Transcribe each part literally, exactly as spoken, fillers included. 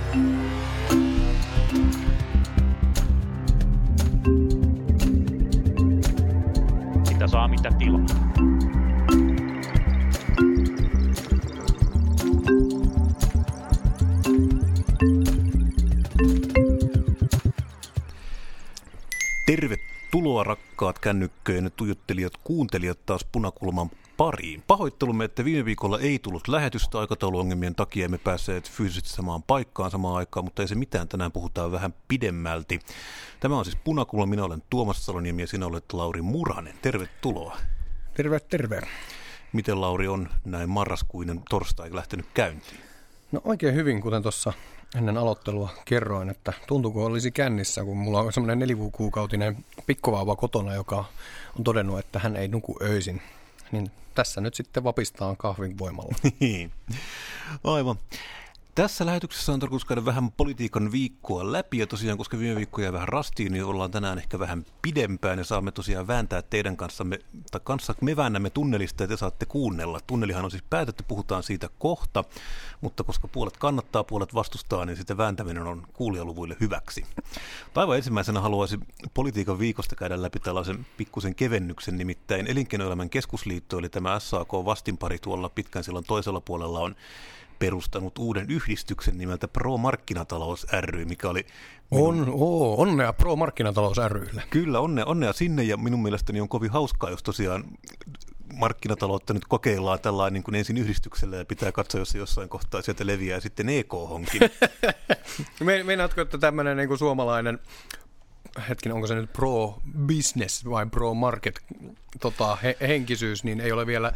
Mitä saa, mitä tilaa. Tervetuloa rakkaat kännykköjen tuijottelijat, kuuntelijat taas Punakulman pariin. Pahoittelumme, että viime viikolla ei tullut lähetystä aikatauluongelmien takia, emme päässeet fyysisesti samaan paikkaan samaan aikaan, mutta ei se mitään, tänään puhutaan vähän pidemmälti. Tämä on siis Punakulma, minä olen Tuomas Saloniemi ja sinä olet Lauri Muranen. Tervetuloa. Terve, terve. Miten Lauri on näin marraskuinen torstai lähtenyt käyntiin? No oikein hyvin, kuten tuossa ennen aloittelua kerroin, että tuntuuko olisi kännissä, kun mulla on semmoinen nelikuukautinen pikkuvauva kotona, joka on todennut, että hän ei nuku öisin. Niin tässä nyt sitten vapistaan kahvin voimalla. Aivan. Tässä lähetyksessä on tarkoitus käydä vähän politiikan viikkoa läpi, ja tosiaan, koska viime viikko jäi vähän rastiin, niin ollaan tänään ehkä vähän pidempään, ja saamme tosiaan vääntää teidän kanssamme, tai kanssa me väännämme tunnelista, ja te saatte kuunnella. Tunnelihan on siis päätetty, puhutaan siitä kohta, mutta koska puolet kannattaa, puolet vastustaa, niin sitten vääntäminen on kuulijaluvuille hyväksi. Aivan ensimmäisenä haluaisin politiikan viikosta käydä läpi tällaisen pikkusen kevennyksen, nimittäin Elinkeinoelämän keskusliitto, eli tämä S A K-vastinpari tuolla pitkän sillan toisella puolella on perustanut uuden yhdistyksen nimeltä Pro-markkinatalous ry, mikä oli... Minun... On, oo, onnea Pro-markkinatalous rylle. Kyllä, onnea, onnea sinne, ja minun mielestäni on kovin hauskaa, jos tosiaan markkinataloutta nyt kokeillaan tällainen niin kuin ensin yhdistyksellä, ja pitää katsoa, jos se jossain kohtaa sieltä leviää sitten E K-honkin. Me, meinaatko, että tämmöinen niin kuin suomalainen... Hetken, onko se nyt pro-business vai pro-market tota, he, henkisyys, niin ei ole vielä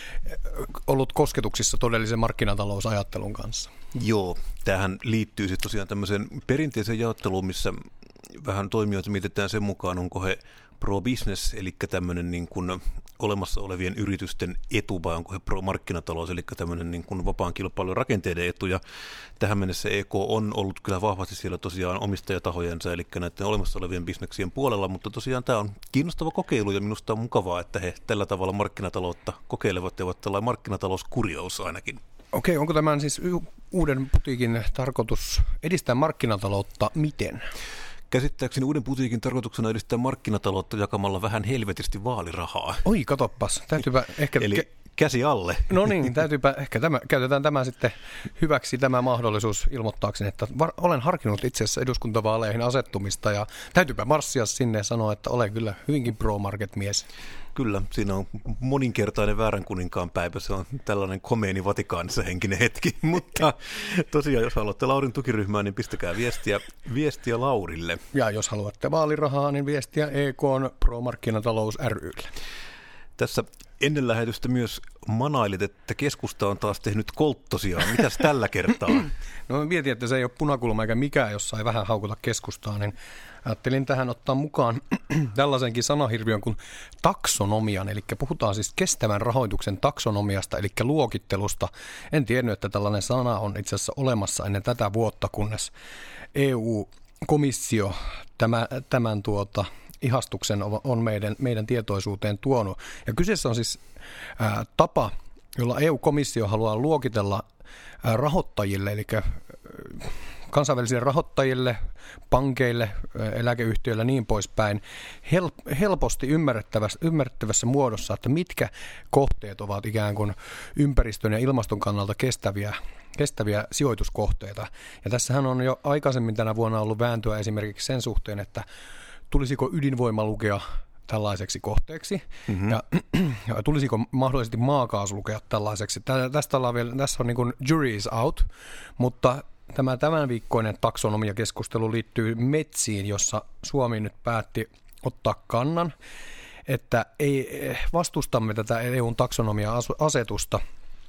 ollut kosketuksissa todellisen markkinatalousajattelun kanssa. Joo, tämähän liittyy sitten tosiaan tämmöiseen perinteiseen jaotteluun, missä vähän toimijoita mietitään sen mukaan, onko he pro-business, eli tämmöinen niin kuin olemassa olevien yritysten etu, vai onko he pro-markkinatalous, eli tämmöinen niin kuin vapaan kilpailun rakenteiden etu, ja tähän mennessä E K on ollut kyllä vahvasti siellä tosiaan omistajatahojensa, eli näiden olemassa olevien bisneksien puolella, mutta tosiaan tämä on kiinnostava kokeilu, ja minusta on mukavaa, että he tällä tavalla markkinataloutta kokeilevat, ja ovat tällainen markkinatalouskurjous ainakin. Okei, onko tämän siis uuden putiikin tarkoitus edistää markkinataloutta miten? Käsittääkseni uuden putiikin tarkoituksena edistää markkinataloutta jakamalla vähän helvetisti vaalirahaa. Oi, katoppas. Täytyypä ehkä... Eli ke- käsi alle. No niin, täytyypä ehkä tämä, käytetään tämä sitten hyväksi tämä mahdollisuus ilmoittaakseni, että var, olen harkinnut itse asiassa eduskuntavaaleihin asettumista ja täytyypä marssia sinne ja sanoa, että olen kyllä hyvinkin pro-market-mies. Kyllä, siinä on moninkertainen väärän kuninkaan päivä, se on tällainen komeeni Vatikaanissa henkinen hetki, mutta tosiaan jos haluatte Laurin tukiryhmää, niin pistäkää viestiä, viestiä Laurille. Ja jos haluatte vaalirahaa, niin viestiä E K:n Pro-markkinatalous rylle. Tässä ennen lähetystä myös manailit, että keskusta on taas tehnyt kolttosiaan. Mitäs tällä kertaa? No mietin, että se ei ole punakulma eikä mikään, jos sai vähän haukuta keskustaa, niin ajattelin tähän ottaa mukaan tällaisenkin sanahirviön kuin taksonomian, eli puhutaan siis kestävän rahoituksen taksonomiasta, eli luokittelusta. En tiennyt, että tällainen sana on itse asiassa olemassa ennen tätä vuotta, kunnes E U-komissio tämä, tämän tuota... ihastuksen on meidän, meidän tietoisuuteen tuonut. Ja kyseessä on siis ää, tapa, jolla E U-komissio haluaa luokitella ää, rahoittajille, eli ää, kansainvälisille rahoittajille, pankeille, ää, eläkeyhtiöille ja niin poispäin, hel, helposti ymmärrettävässä, ymmärrettävässä muodossa, että mitkä kohteet ovat ikään kuin ympäristön ja ilmaston kannalta kestäviä, kestäviä sijoituskohteita. Ja tässähän on jo aikaisemmin tänä vuonna ollut vääntöä esimerkiksi sen suhteen, että tulisiko ydinvoima lukea tällaiseksi kohteeksi, mm-hmm. ja, ja tulisiko mahdollisesti maakaasu lukea tällaiseksi. Tästä ollaan vielä, tässä on niin kuin jury is out, mutta tämä tämän viikkoinen taksonomiakeskustelu liittyy metsiin, jossa Suomi nyt päätti ottaa kannan, että ei vastustamme tätä E U:n taksonomia-asetusta.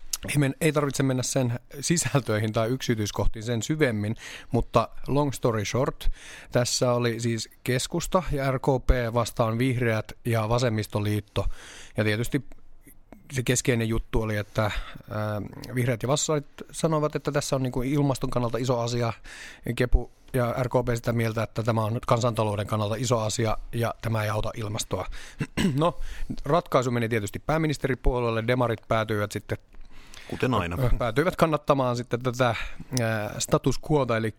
Ei tarvitse mennä sen sisältöihin tai yksityiskohtiin sen syvemmin, mutta long story short, tässä oli siis keskusta ja R K P vastaan vihreät ja vasemmistoliitto. Ja tietysti se keskeinen juttu oli, että vihreät ja vassarit sanovat, että tässä on niin kuin ilmaston kannalta iso asia. Kepu ja R K P sitä mieltä, että tämä on nyt kansantalouden kannalta iso asia ja tämä ei auta ilmastoa. No, ratkaisu meni tietysti pääministeripuolueelle. Demarit päätyivät sitten Kuten aina. Päätyivät kannattamaan sitten tätä status quota, eli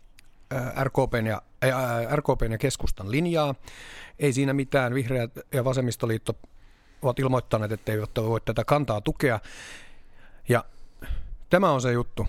R K P:n ja, R K P:n ja keskustan linjaa. Ei siinä mitään. Vihreät ja vasemmistoliitto ovat ilmoittaneet, että eivät voi tätä kantaa tukea. Ja tämä on se juttu.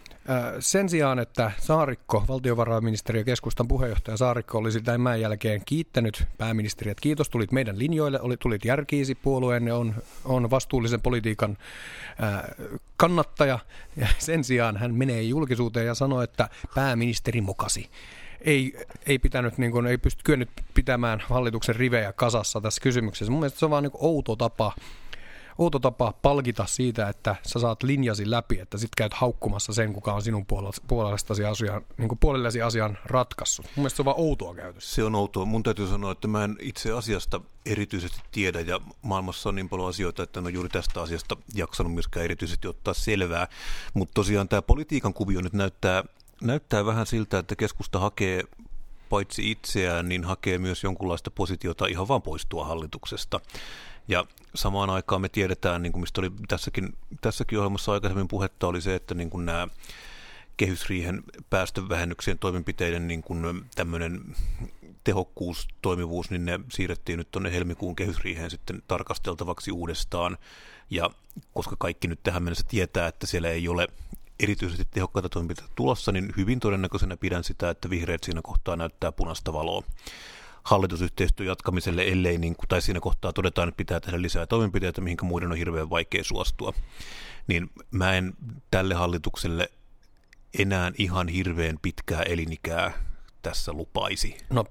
Sen sijaan, että Saarikko, valtiovarainministeriö ja keskustan puheenjohtaja Saarikko olisi tämän jälkeen kiittänyt pääministeriä, että kiitos, tulit meidän linjoille, oli, tulit järkiisi, puolueenne on, on vastuullisen politiikan ää, kannattaja. Ja sen sijaan hän menee julkisuuteen ja sanoo, että pääministeri mokasi. Ei, ei, pitänyt, niin kuin, ei pysty kyennyt pitämään hallituksen rivejä kasassa tässä kysymyksessä. Mun mielestä se on vaan niin kuin outo tapa. Outo tapa palkita siitä, että sä saat linjasi läpi, että sit käyt haukkumassa sen, kuka on sinun puolellesi asian, niin kuin puolellesi asian ratkaissut. Mun mielestä se on vaan outoa käytössä. Se on outoa. Mun täytyy sanoa, että mä en itse asiasta erityisesti tiedä, ja maailmassa on niin paljon asioita, että en ole juuri tästä asiasta jaksanut myöskään erityisesti ottaa selvää. Mutta tosiaan tämä politiikan kuvio nyt näyttää, näyttää vähän siltä, että keskusta hakee paitsi itseään, niin hakee myös jonkunlaista positiota ihan vaan poistua hallituksesta. Ja samaan aikaan me tiedetään, niin kuin mistä oli tässäkin, tässäkin ohjelmassa aikaisemmin puhetta, oli se, että niin kuin nämä kehysriihen päästövähennyksien toimenpiteiden niin kuin tämmöinen tehokkuus, toimivuus, niin ne siirrettiin nyt tuonne helmikuun kehysriiheen sitten tarkasteltavaksi uudestaan. Ja koska kaikki nyt tähän mennessä tietää, että siellä ei ole erityisesti tehokkaita toimenpiteitä tulossa, niin hyvin todennäköisenä pidän sitä, että vihreät siinä kohtaa näyttää punaista valoa hallitusyhteistyön jatkamiselle, ellei niin kuin, tai siinä kohtaa todetaan, että pitää tehdä lisää toimenpiteitä, mihinkä muiden on hirveän vaikea suostua. Niin mä en tälle hallitukselle enää ihan hirveän pitkää elinikää tässä lupaisi. No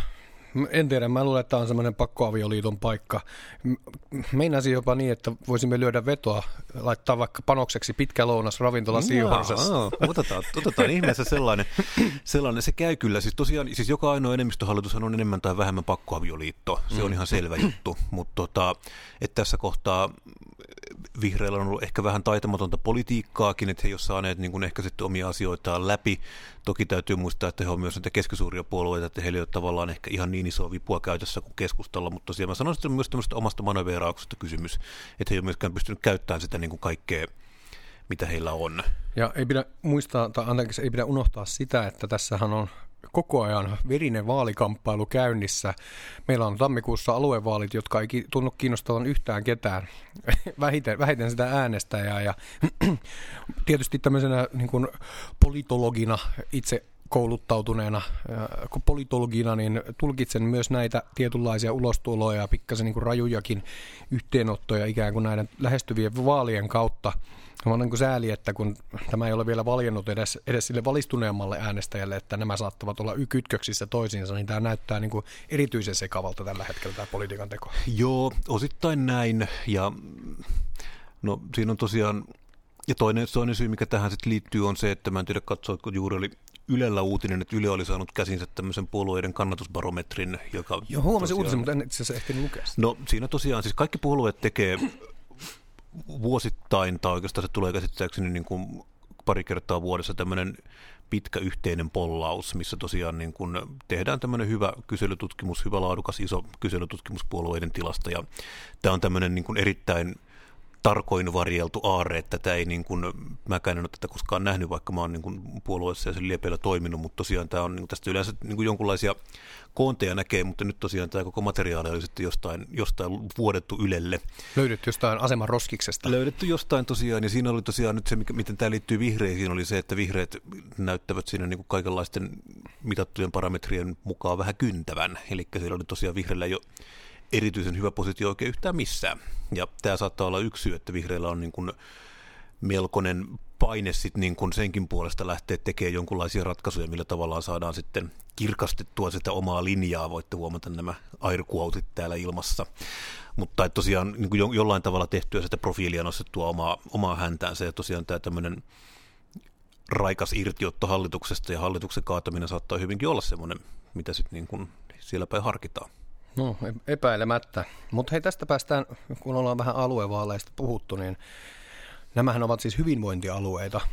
en tiedä, mä luulen, että tämä on semmoinen pakkoavioliiton paikka. Meinasin jopa niin, että voisimme lyödä vetoa, laittaa vaikka panokseksi pitkä lounas ravintola Siihorsassa. No, otetaan, otetaan ihmeessä sellainen, sellainen, se käy kyllä. Siis tosiaan, siis joka ainoa enemmistöhallitushan on enemmän tai vähemmän pakkoavioliitto, se on ihan selvä juttu, mutta tota, että tässä kohtaa vihreillä on ollut ehkä vähän taitamatonta politiikkaakin, että he ei ole saaneet niin kuin ehkä sitten omia asioitaan läpi. Toki täytyy muistaa, että he on myös näitä keskisuuria puolueita, että heillä ei ole tavallaan ehkä ihan niin isoa vipua käytössä kuin keskustalla, mutta tosiaan mä sanoisin, että on myös tämmöistä omasta manöveerauksesta kysymys, että he ei ole myöskään pystynyt käyttämään sitä niin kuin kaikkea, mitä heillä on. Ja ei pidä muistaa, tai anteeksi, ei pidä unohtaa sitä, että tässähän on koko ajan verinen vaalikamppailu käynnissä. Meillä on tammikuussa aluevaalit, jotka ei tunnu kiinnostavan yhtään ketään, vähiten, vähiten sitä äänestäjää. Ja tietysti tämmöisenä niin kuin politologina, itse kouluttautuneena politologina, niin tulkitsen myös näitä tietynlaisia ulostuloja ja pikkasen niin kuin rajujakin yhteenottoja ikään kuin näiden lähestyvien vaalien kautta. On niin kuin sääli, että kun tämä ei ole vielä valjennut edes, edes sille valistuneemmalle äänestäjälle, että nämä saattavat olla kytköksissä toisiinsa, niin tämä näyttää niin kuin erityisen sekavalta tällä hetkellä tämä politiikan teko. Joo, osittain näin. Ja no siinä on tosiaan, ja toinen, toinen syy, mikä tähän sitten liittyy, on se, että mä en tiedä katsoa, kun juuri oli Ylellä uutinen, että Yle oli saanut käsinsä tämmöisen puolueiden kannatusbarometrin, joka... Joo, huomasin uutisen, mutta en itse asiassa ehtinyt lukea. No siinä tosiaan, siis kaikki puolueet tekee vuosittain, tai oikeastaan se tulee käsittääkseni niin kuin pari kertaa vuodessa tämmöinen pitkä yhteinen pollaus, missä tosiaan niin kuin tehdään tämmöinen hyvä kyselytutkimus, hyvä laadukas iso kyselytutkimus puolueiden tilasta, ja tämä on tämmöinen niin kuin erittäin tarkoin varjeltu aarre, että tätä ei niin kuin, mäkään en ole tätä koskaan nähnyt, vaikka mä oon niin kuin puolueessa ja sen liepeillä toiminut, mutta tosiaan tämä on niin kuin tästä yleensä niin kuin jonkunlaisia koonteja näkee, mutta nyt tosiaan tämä koko materiaali oli sitten jostain, jostain vuodettu Ylelle. Löydetty jostain aseman roskiksesta. Löydetty jostain tosiaan, ja siinä oli tosiaan nyt se, miten tämä liittyy vihreisiin, oli se, että vihreät näyttävät siinä niin kuin kaikenlaisten mitattujen parametrien mukaan vähän kyntävän, eli siellä oli tosiaan vihreillä jo erityisen hyvä positio oikein yhtään missään. Ja tämä saattaa olla yksi syy, että vihreillä on niin kuin melkoinen paine sit niin kuin senkin puolesta lähteä tekemään jonkunlaisia ratkaisuja, millä tavallaan saadaan sitten kirkastettua sitä omaa linjaa. Voitte huomata nämä airquotit täällä ilmassa. Mutta tosiaan niin kuin jollain tavalla tehtyä sitä profiilia nostettua omaa, omaa häntäänsä. Ja tosiaan tämä tämmöinen raikas irtiotto hallituksesta ja hallituksen kaataminen saattaa hyvinkin olla semmoinen, mitä sitten niin kuin siellä päin harkitaan. No epäilemättä. Mutta hei, tästä päästään, kun ollaan vähän aluevaaleista puhuttu, niin nämähän ovat siis hyvinvointialueita.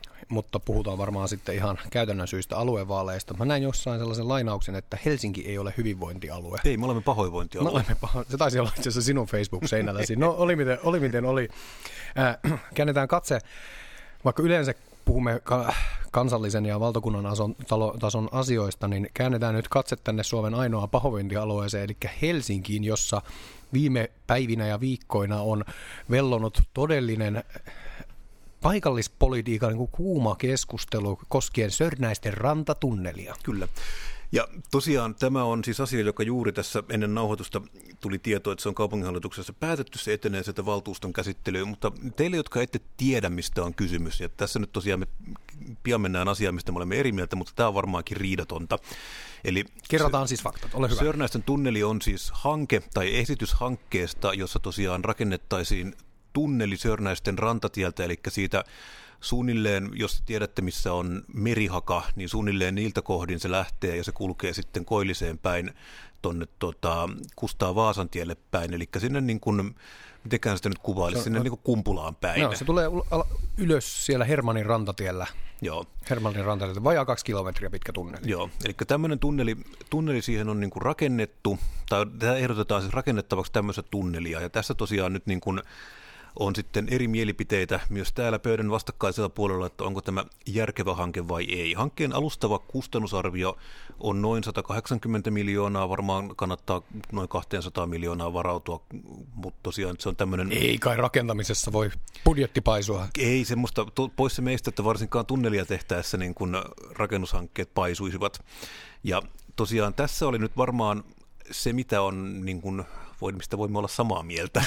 mutta puhutaan varmaan sitten ihan käytännön syistä aluevaaleista. Mä näin jossain sellaisen lainauksen, että Helsinki ei ole hyvinvointialue. Ei, me olemme pahoinvointialue. Me olemme paho... Se taisi olla itse asiassa sinun Facebook-seinälläsi. No oli miten oli. Miten oli. Äh, käännetään katse, vaikka yleensä puhumme ka- kansallisen ja valtakunnan ason, talo, tason asioista, niin käännetään nyt katse tänne Suomen ainoa pahoinvointialueeseen, eli Helsinkiin, jossa viime päivinä ja viikkoina on vellonut todellinen paikallispolitiikan niin kuin kuuma keskustelu koskien Sörnäisten rantatunnelia. Kyllä. Ja tosiaan tämä on siis asia, joka juuri tässä ennen nauhoitusta tuli tieto, että se on kaupunginhallituksessa päätetty, se etenee sieltä valtuuston käsittelyyn, mutta teille, jotka ette tiedä, mistä on kysymys, ja tässä nyt tosiaan me pian mennään asiaan, mistä me olemme eri mieltä, mutta tämä on varmaankin riidatonta. Eli kerrotaan siis faktat, ole hyvä. Sörnäisten tunneli on siis hanke tai esitys hankkeesta, jossa tosiaan rakennettaisiin tunneli Sörnäisten rantatieltä, eli siitä suunnilleen, jos tiedätte missä on Merihaka, niin suunnilleen niiltä kohdin se lähtee ja se kulkee sitten Koilliseen päin tuonne tota, Kustaa Vaasantielle päin, eli sinne niin kuin, mitenkään sitä nyt kuvailisi, sinne niin kuin Kumpulaan päin. No, se tulee ylös siellä Hermannin rantatiellä. Joo. Hermannin rantatiellä, vajaa kaksi kilometriä pitkä tunneli. Joo, eli tämmöinen tunneli, tunneli siihen on niin kuin rakennettu, tai ehdotetaan siis rakennettavaksi tämmöistä tunnelia, ja tässä tosiaan nyt niin kuin on sitten eri mielipiteitä myös täällä pöydän vastakkaisella puolella, että onko tämä järkevä hanke vai ei. Hankkeen alustava kustannusarvio on noin sata kahdeksankymmentä miljoonaa, varmaan kannattaa noin kaksisataa miljoonaa varautua, mutta tosiaan se on tämmöinen... Ei kai rakentamisessa voi budjettipaisua. Ei semmoista, pois se meistä, että varsinkaan tunnelia tehtäessä niin kun rakennushankkeet paisuisivat. Ja tosiaan tässä oli nyt varmaan se, mitä on... Niin kun mistä voimme olla samaa mieltä.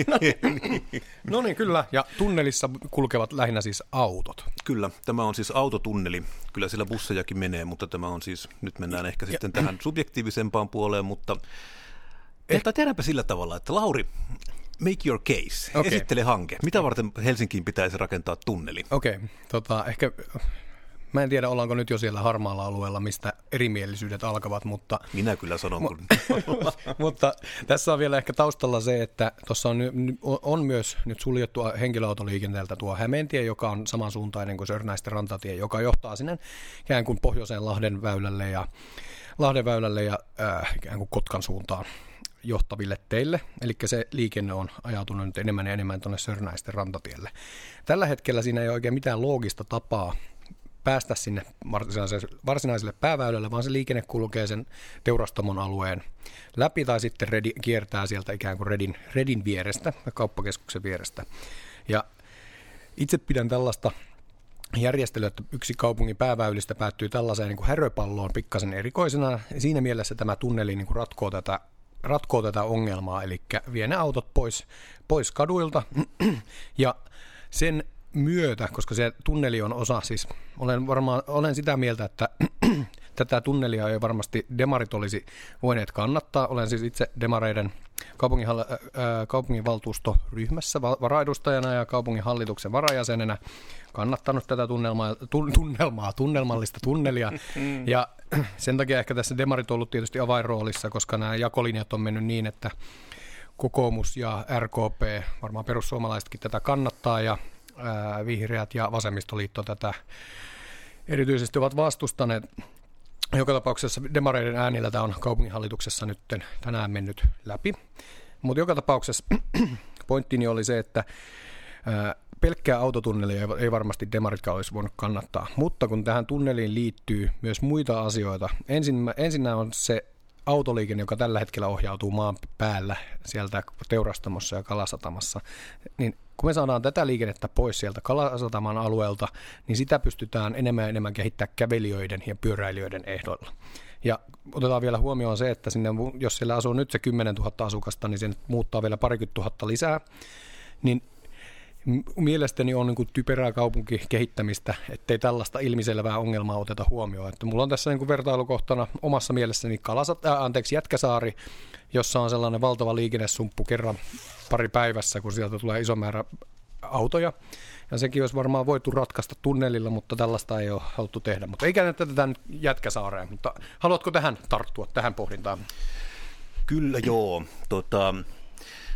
No niin, kyllä. Ja tunnelissa kulkevat lähinnä siis autot. Kyllä, tämä on siis autotunneli. Kyllä sillä bussejakin menee, mutta tämä on siis, nyt mennään ehkä ja, sitten tähän subjektiivisempaan puoleen, mutta eh. tehdäänpä sillä tavalla, että Lauri, make your case, okay. Esittele hanke. Mitä varten Helsinkiin pitäisi rakentaa tunneli? Okei, okay. tota, ehkä... Mä en tiedä, ollaanko nyt jo siellä harmaalla alueella, mistä erimielisyydet alkavat, mutta... Minä kyllä sanon, kun... mutta tässä on vielä ehkä taustalla se, että tuossa on, on myös nyt suljettu henkilöautoliikenteeltä tuo Hämeentie, joka on samansuuntainen kuin Sörnäisten rantatie, joka johtaa sinne ikään kuin pohjoiseen Lahden väylälle ja, Lahden väylälle ja äh, ikään kuin Kotkan suuntaan johtaville teille, eli se liikenne on ajautunut nyt enemmän ja enemmän tuonne Sörnäisten rantatielle. Tällä hetkellä siinä ei ole oikein mitään loogista tapaa päästä sinne varsinaiselle, varsinaiselle pääväylälle, vaan se liikenne kulkee sen teurastamon alueen läpi tai sitten redi, kiertää sieltä ikään kuin redin, redin vierestä, kauppakeskuksen vierestä. Ja itse pidän tällaista järjestelyä, että yksi kaupungin pääväylistä päättyy tällaiseen niin kuin häröpalloon pikkasen erikoisena. Siinä mielessä tämä tunneli niin kuin ratkoo tätä ratkoo tätä ongelmaa, eli vie ne autot pois, pois kaduilta ja sen myötä, koska se tunneli on osa, siis olen, varmaan, olen sitä mieltä, että tätä tunnelia ei varmasti demarit olisi voineet kannattaa. Olen siis itse demareiden kaupunginhall- äh, kaupunginvaltuustoryhmässä varaedustajana ja kaupunginhallituksen varajäsenenä kannattanut tätä tunnelmaa, tunnelmaa tunnelmallista tunnelia. Ja sen takia ehkä tässä demarit on ollut tietysti avainroolissa, koska nämä jakolinjat on mennyt niin, että kokoomus ja R K P, varmaan perussuomalaisetkin tätä kannattaa ja vihreät ja vasemmistoliitto tätä erityisesti ovat vastustaneet. Joka tapauksessa demareiden äänillä tämä on kaupunginhallituksessa nyt tänään mennyt läpi. Mutta joka tapauksessa pointtini oli se, että pelkkää autotunnelia ei varmasti demaritkaan olisi voinut kannattaa. Mutta kun tähän tunneliin liittyy myös muita asioita, ensin, ensinnä on se autoliikenne, joka tällä hetkellä ohjautuu maan päällä sieltä teurastamossa ja Kalasatamassa, niin kun me saadaan tätä liikennettä pois sieltä Kalasataman alueelta, niin sitä pystytään enemmän ja enemmän kehittämään kävelijöiden ja pyöräilijöiden ehdoilla. Ja otetaan vielä huomioon se, että sinne, jos siellä asuu nyt se kymmenen tuhatta asukasta, niin se muuttaa vielä parikymmentä tuhatta lisää, niin mielestäni on niin kuin typerää kaupunkikehittämistä, ettei tällaista ilmiselvää ongelmaa oteta huomioon. Että mulla on tässä niin kuin vertailukohtana omassa mielessäni Kalasat, äh, anteeksi, Jätkäsaari, jossa on sellainen valtava liikennesumppu kerran pari päivässä, kun sieltä tulee iso määrä autoja. Ja sekin olisi varmaan voitu ratkaista tunnelilla, mutta tällaista ei ole haluttu tehdä. Mutta ei käydä tätä nyt Jätkäsaareen, mutta haluatko tähän tarttua, tähän pohdintaan? Kyllä joo. Tota,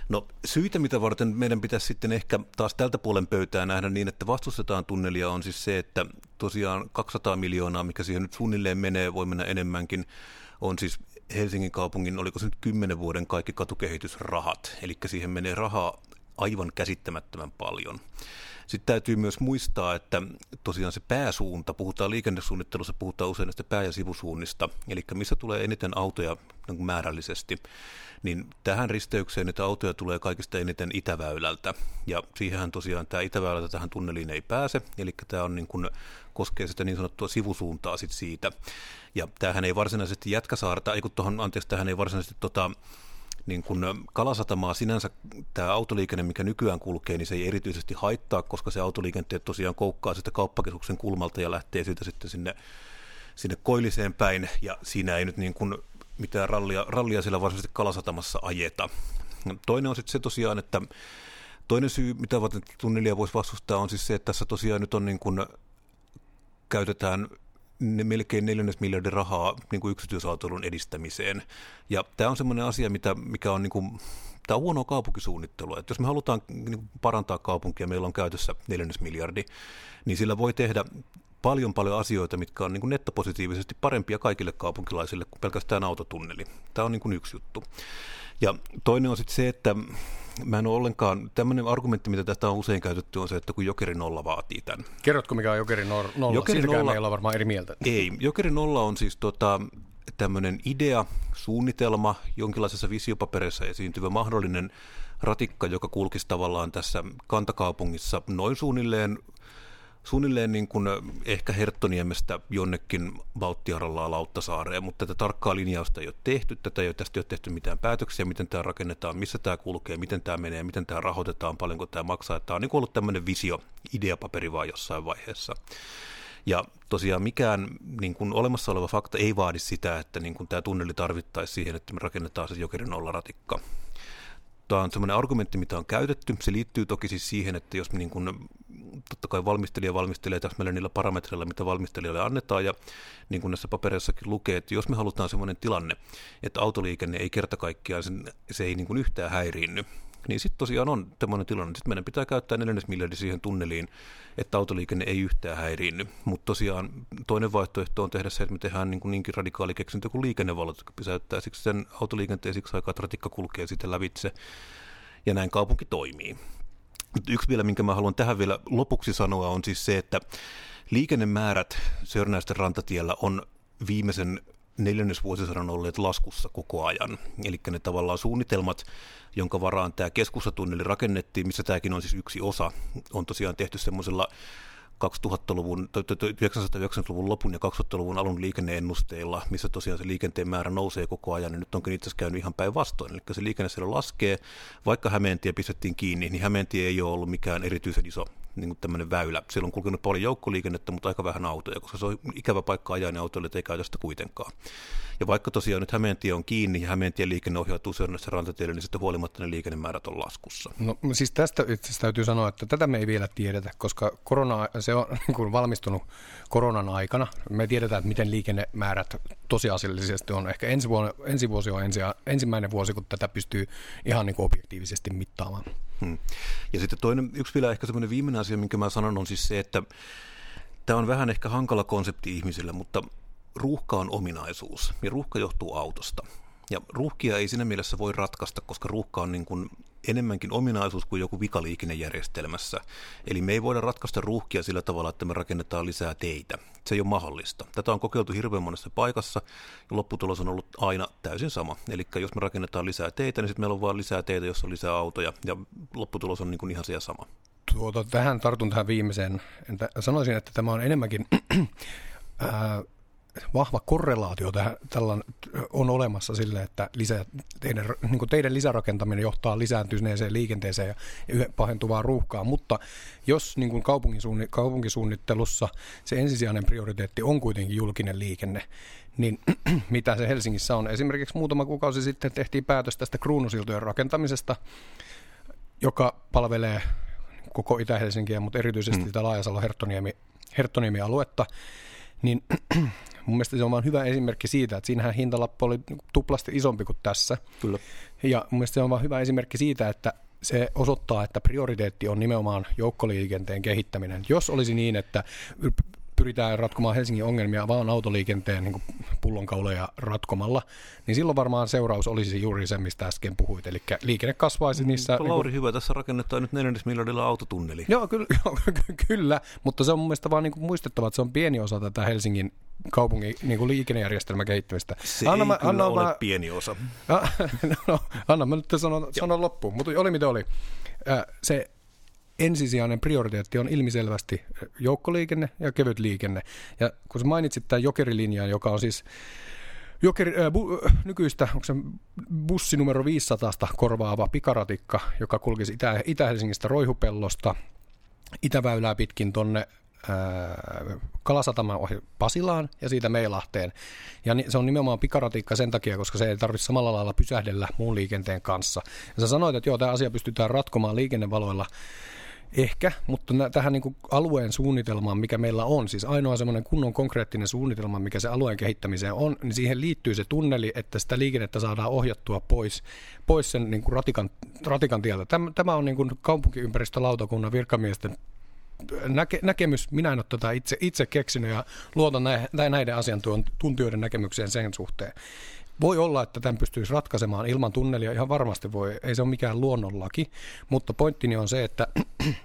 No syitä, mitä varten meidän pitäisi sitten ehkä taas tältä puolen pöytää nähdä niin, että vastustetaan tunnelia, on siis se, että tosiaan kaksisataa miljoonaa, mikä siihen nyt suunnilleen menee, voi mennä enemmänkin, on siis Helsingin kaupungin, oliko se nyt kymmenen vuoden kaikki katukehitysrahat, eli siihen menee rahaa aivan käsittämättömän paljon. Sitten täytyy myös muistaa, että tosiaan se pääsuunta, puhutaan liikennesuunnittelussa, puhutaan usein näistä pää- ja sivusuunnista, eli missä tulee eniten autoja määrällisesti, niin tähän risteykseen niitä autoja tulee kaikista eniten Itäväylältä, ja siihenhän tosiaan tämä Itäväylältä tähän tunneliin ei pääse, eli tämä on niin kuin, koskee sitä niin sanottua sivusuuntaa sit siitä, ja tämähän ei varsinaisesti Jätkäsaarta, ei kun tuohon, anteeksi, tämähän ei varsinaisesti tota, niin kun Kalasatamaa sinänsä tämä autoliikenne, mikä nykyään kulkee, niin se ei erityisesti haittaa, koska se autoliikenteet tosiaan koukkaa sitä kauppakeskuksen kulmalta ja lähtee siitä sitten sinne, sinne Koilliseen päin, ja siinä ei nyt niin kuin mitään rallia, rallia siellä varsinaisesti Kalasatamassa ajeta. Toinen on sitten se tosiaan, että toinen syy, mitä varten tunnelia voisi vastustaa, on siis se, että tässä tosiaan nyt on niin kuin käytetään ne melkein neljännes miljardin rahaa niin kuin yksityisautoilun edistämiseen. Ja tämä on semmoinen asia, mitä, mikä on, niin kuin, tämä on huonoa kaupunkisuunnittelua. Että jos me halutaan niin kuin parantaa kaupunkia, meillä on käytössä neljännes miljardi, niin sillä voi tehdä paljon paljon asioita, mitkä on niin kuin nettopositiivisesti parempia kaikille kaupunkilaisille kuin pelkästään autotunneli. Tämä on niin kuin yksi juttu. Ja toinen on sitten se, että mä en ole ollenkaan, tämmöinen argumentti, mitä tästä on usein käytetty, on se, että kun Jokeri nolla vaatii tämän. Kerrotko, mikä on Jokeri nolla? Jokeri Siitäkään nolla, me ei olla varmaan eri mieltä. Ei. Jokeri nolla on siis tota, tämmöinen idea, suunnitelma, jonkinlaisessa visiopaperissa esiintyvä mahdollinen ratikka, joka kulkisi tavallaan tässä kantakaupungissa noin suunnilleen, suunnilleen niin kuin ehkä Herttoniemestä jonnekin Valttiarallaan Lauttasaareen, mutta tätä tarkkaa linjausta ei ole tehty, tätä ei ole, tästä ei ole tehty mitään päätöksiä, miten tämä rakennetaan, missä tämä kulkee, miten tämä menee, miten tämä rahoitetaan, paljonko tämä maksaa. Tämä on niin kuin ollut tämmöinen visio, ideapaperi vaan jossain vaiheessa. Ja tosiaan mikään niin kuin olemassa oleva fakta ei vaadi sitä, että niin kuin tämä tunneli tarvittaisiin siihen, että me rakennetaan se Jokerin nollaratikka. Tämä on semmoinen argumentti, mitä on käytetty. Se liittyy toki siis siihen, että jos niin kuin, totta kai valmistelija valmistelee täsmälleen niillä parametreilla, mitä valmistelijalle annetaan, ja niin kuin näissä papereissakin lukee, että jos me halutaan semmoinen tilanne, että autoliikenne ei kerta kaikkiaan, sen, se ei niin kuin yhtään häiriinny, niin sitten tosiaan on tämmöinen tilanne. Sitten meidän pitää käyttää neljännes miljardia siihen tunneliin, että autoliikenne ei yhtään häiriinny. Mutta tosiaan toinen vaihtoehto on tehdä se, että me tehdään niin kuin niinkin radikaali keksintö kuin liikennevalot, jotka pysäyttää siksi sen autoliikenteen siksi aikaa, että ratikka kulkee sitten lävitse. Ja näin kaupunki toimii. Yksi vielä, minkä mä haluan tähän vielä lopuksi sanoa, on siis se, että liikennemäärät Sörnäisten rantatiellä on viimeisen neljännesvuosisadan olleet laskussa koko ajan. Eli ne tavallaan suunnitelmat, jonka varaan tämä keskustatunneli rakennettiin, missä tämäkin on siis yksi osa, on tosiaan tehty semmoisella kaksituhattaluvun, yhdeksänsataayhdeksänkymmentäluvun lopun ja kaksituhattaluvun alun liikenneennusteilla, missä tosiaan se liikenteen määrä nousee koko ajan, ja nyt onkin itse asiassa käynyt ihan päinvastoin. Eli se liikenne siellä laskee, vaikka Hämeentie pistettiin kiinni, niin Hämeentie ei ole ollut mikään erityisen iso niin kuin tämmöinen väylä. Siellä on kulkenut paljon joukkoliikennettä, mutta aika vähän autoja, koska se on ikävä paikka ajaa, niin autoilijat ei käytä sitä kuitenkaan. Ja vaikka tosiaan nyt Hämeentie on kiinni ja Hämeentien liikenne ohjautuu Sörnäisten rantatielle, niin sitten huolimatta ne liikennemäärät on laskussa. No siis tästä itse täytyy sanoa, että tätä me ei vielä tiedetä, koska korona, se on niin kuin valmistunut koronan aikana. Me tiedetään, että miten liikennemäärät tosiasiallisesti on. Ehkä ensi vuosi, ensi vuosi on ensi, ensimmäinen vuosi, kun tätä pystyy ihan niin kuin objektiivisesti mittaamaan. Hmm. Ja sitten toinen, yksi vielä ehkä semmoinen viimeinen asia, minkä mä sanon, on siis se, että tämä on vähän ehkä hankala konsepti ihmisille, mutta ruuhka on ominaisuus, ja ruuhka johtuu autosta. Ja ruuhkia ei siinä mielessä voi ratkaista, koska ruuhka on niin kuin enemmänkin ominaisuus kuin joku vika liikennejärjestelmässä. Eli me ei voida ratkaista ruuhkia sillä tavalla, että me rakennetaan lisää teitä. Se ei ole mahdollista. Tätä on kokeiltu hirveän monessa paikassa, ja lopputulos on ollut aina täysin sama. Eli jos me rakennetaan lisää teitä, niin sitten meillä on vain lisää teitä, jossa on lisää autoja, ja lopputulos on niin kuin ihan se sama. Tuota, tähän tartun tähän viimeiseen. Entä sanoisin, että tämä on enemmänkin ää, vahva korrelaatio tähän, tällainen on olemassa sille, että lisää, teidän, niin kuin teidän lisärakentaminen johtaa lisääntyneeseen liikenteeseen ja, ja pahentuvaan ruuhkaan, mutta jos niin kuin kaupunkisuunni, kaupunkisuunnittelussa se ensisijainen prioriteetti on kuitenkin julkinen liikenne, niin mitä se Helsingissä on? Esimerkiksi muutama kuukausi sitten tehtiin päätös tästä kruunusiltojen rakentamisesta, joka palvelee koko Itä-Helsinkiä, mutta erityisesti hmm. sitä Laajasalon Herttoniemi, Herttoniemi-aluetta, niin mun mielestä se on vaan hyvä esimerkki siitä, että siinähän hintalappu oli tuplasti isompi kuin tässä. Kyllä. Ja mun mielestä se on vaan hyvä esimerkki siitä, että se osoittaa, että prioriteetti on nimenomaan joukkoliikenteen kehittäminen. Jos olisi niin, että pyritään ratkomaan Helsingin ongelmia vaan autoliikenteen niin pullonkauloja ratkomalla, niin silloin varmaan seuraus olisi juuri se, mistä äsken puhuit. Eli liikenne kasvaisi niissä... Lauri, niin kuin... hyvä, tässä rakennetaan nyt neljännes miljardilla autotunneli. Joo, kyllä, joo, kyllä, mutta se on mun mielestä vaan niin kuin muistettava, että se on pieni osa tätä Helsingin kaupungin niin kuin liikennejärjestelmän kehittämistä. Se anna ei mä, kyllä anna ole mä... pieni osa. no, anna mä nyt sanon, sanon loppuun, mutta oli mitä oli. Se ensisijainen prioriteetti on ilmiselvästi joukkoliikenne ja kevyt liikenne. Ja kun sä mainitsit tämän jokerilinjan, joka on siis jokeri, äh, bu, nykyistä onko se bussi numero viisisataa korvaava pikaratikka, joka kulkisi Itä, Itä-Helsingistä Roihupellosta Itäväylää pitkin tonne äh, Kalasataman ohi Pasilaan ja siitä Meilahteen. Ja se on nimenomaan pikaratikka sen takia, koska se ei tarvitse samalla lailla pysähdellä muun liikenteen kanssa. Ja sä sanoit, että joo, tämä asia pystytään ratkomaan liikennevaloilla. Ehkä, mutta tähän niin kuin alueen suunnitelmaan, mikä meillä on, siis ainoa semmoinen kunnon konkreettinen suunnitelma, mikä se alueen kehittämiseen on, niin siihen liittyy se tunneli, että sitä liikennettä saadaan ohjattua pois, pois sen niin kuin ratikan, ratikan tieltä. Tämä on niin kuin kaupunkiympäristölautakunnan virkamiesten näke, näkemys. Minä en ole tätä itse, itse keksinyt ja luotan näiden asiantuntijoiden näkemykseen sen suhteen. Voi olla, että tämän pystyisi ratkaisemaan ilman tunnelia, ihan varmasti voi, ei se ole mikään luonnonlaki, mutta pointtini on se, että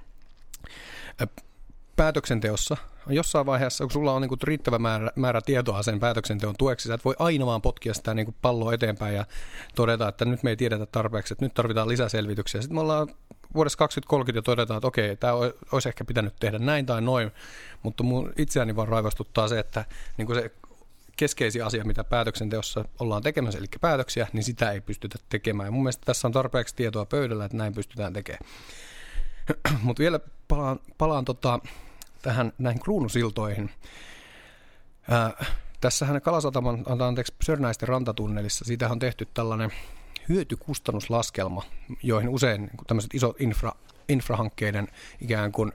päätöksenteossa jossain vaiheessa, kun sulla on niin kuin riittävä määrä, määrä tietoa sen päätöksenteon tueksi, sä et voi aina vaan potkia sitä niin kuin palloa eteenpäin ja todeta, että nyt me ei tiedetä tarpeeksi, että nyt tarvitaan lisäselvityksiä. Sitten me ollaan vuodessa kaksituhattakolmekymmentä jo todetaan, että okei, tämä olisi ehkä pitänyt tehdä näin tai noin, mutta mun itseäni vaan raivostuttaa se, että niin kuin se keskeisin asia, mitä päätöksenteossa ollaan tekemässä, eli päätöksiä, niin sitä ei pystytä tekemään. Ja mun mielestä tässä on tarpeeksi tietoa pöydällä, että näin pystytään tekemään. Mutta vielä palaan, palaan tota, tähän näihin kruunusiltoihin. Ää, tässähän Kalasataman, anteeksi, Sörnäisten rantatunnelissa, siitä on tehty tällainen hyötykustannuslaskelma, joihin usein niin tämmöiset isot infra, infrahankkeiden ikään kuin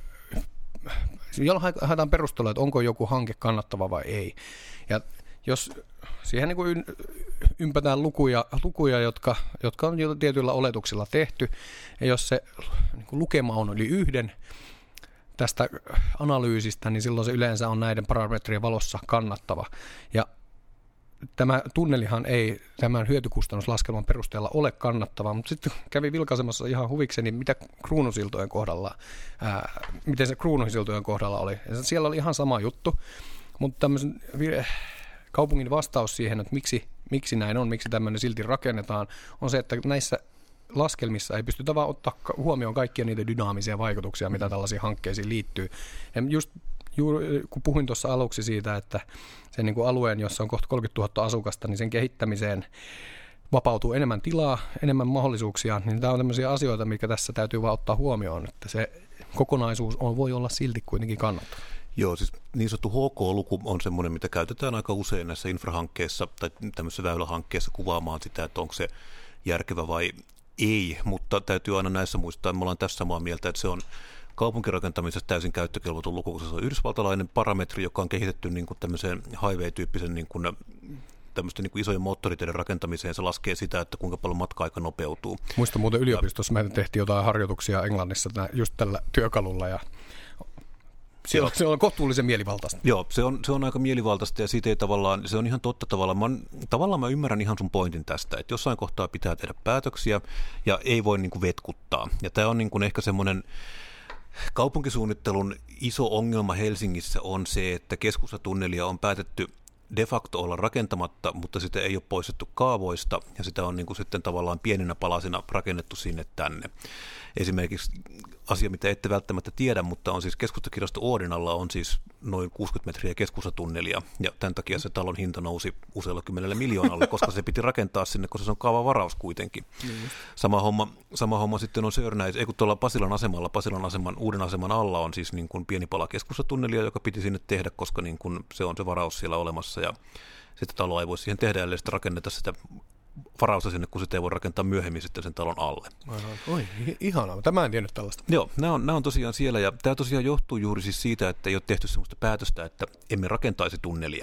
jolloin haetaan perustelua, että onko joku hanke kannattava vai ei. Ja jos siihen niin kuin ympätään lukuja, lukuja jotka, jotka on jo tietyillä oletuksilla tehty, ja jos se niin kuin lukema on yli yhden tästä analyysistä, niin silloin se yleensä on näiden parametrien valossa kannattava. Ja tämä tunnelihan ei tämän hyötykustannuslaskelman perusteella ole kannattava, mutta sitten kävi vilkaisemassa ihan huvikseni, mitä kruunusiltojen kohdalla, ää, miten se kruunusiltojen kohdalla oli. Ja siellä oli ihan sama juttu, mutta tämmöisen kaupungin vastaus siihen, että miksi, miksi näin on, miksi tämmöinen silti rakennetaan, on se, että näissä laskelmissa ei pystytä vaan ottaa huomioon kaikkia niitä dynaamisia vaikutuksia, mitä tällaisiin hankkeisiin liittyy. Ja just juuri kun puhuin tuossa aluksi siitä, että sen niin kuin alueen, jossa on kohta kolmekymmentätuhatta asukasta, niin sen kehittämiseen vapautuu enemmän tilaa, enemmän mahdollisuuksia, niin tämä on tämmöisiä asioita, mikä tässä täytyy vaan ottaa huomioon, että se kokonaisuus on, voi olla silti kuitenkin kannattava. Joo, siis niin sanottu H K-luku on semmoinen, mitä käytetään aika usein näissä infrahankkeissa tai tämmöisissä väylähankkeissa kuvaamaan sitä, että onko se järkevä vai ei, mutta täytyy aina näissä muistaa, että me ollaan tässä samaa mieltä, että se on kaupunkirakentamisessa täysin käyttökelvoton luku, koska se on yhdysvaltalainen parametri, joka on kehitetty niin kuin tämmöiseen highway-tyyppisen niin kuin, tämmöisten niin kuin isojen moottoriteiden rakentamiseen. Se laskee sitä, että kuinka paljon matka-aika nopeutuu. Muista muuten yliopistossa me tehtiin jotain harjoituksia Englannissa just tällä työkalulla ja se on, se on kohtuullisen mielivaltaista. Joo, se on, se on aika mielivaltaista ja siitä ei tavallaan, se on ihan totta tavallaan. Mä, tavallaan mä ymmärrän ihan sun pointin tästä, että jossain kohtaa pitää tehdä päätöksiä ja ei voi niin kuin vetkuttaa. Ja tämä on niin kuin ehkä semmoinen kaupunkisuunnittelun iso ongelma Helsingissä on se, että keskustatunnelia on päätetty de facto olla rakentamatta, mutta sitä ei ole poistettu kaavoista ja sitä on niin kuin sitten tavallaan pieninä palasina rakennettu sinne tänne. Esimerkiksi asia, mitä ette välttämättä tiedä, mutta on siis keskustakirjasto Oodinalla on siis noin kuusikymmentä metriä keskustatunnelia ja tämän takia se talon hinta nousi usealla kymmenellä miljoonalle, koska se piti rakentaa sinne, koska se on kaavavaraus kuitenkin. Mm. Sama homma, sama homma sitten on Sörnäis, ei kun tuolla Pasilan asemalla, Pasilan aseman, uuden aseman alla on siis niin kuin pieni pala keskustatunnelia, joka piti sinne tehdä, koska niin kuin se on se varaus siellä olemassa ja sitä taloa ei voi siihen tehdä, ellei sitä rakenneta sitä varausta sinne, kun sitä ei voi rakentaa myöhemmin sitten sen talon alle. Oi, ihanaa. Tämä en tiennyt tällaista. Joo, nämä on, nämä on tosiaan siellä, ja tämä tosiaan johtuu juuri siis siitä, että ei ole tehty sellaista päätöstä, että emme rakentaisi tunnelia.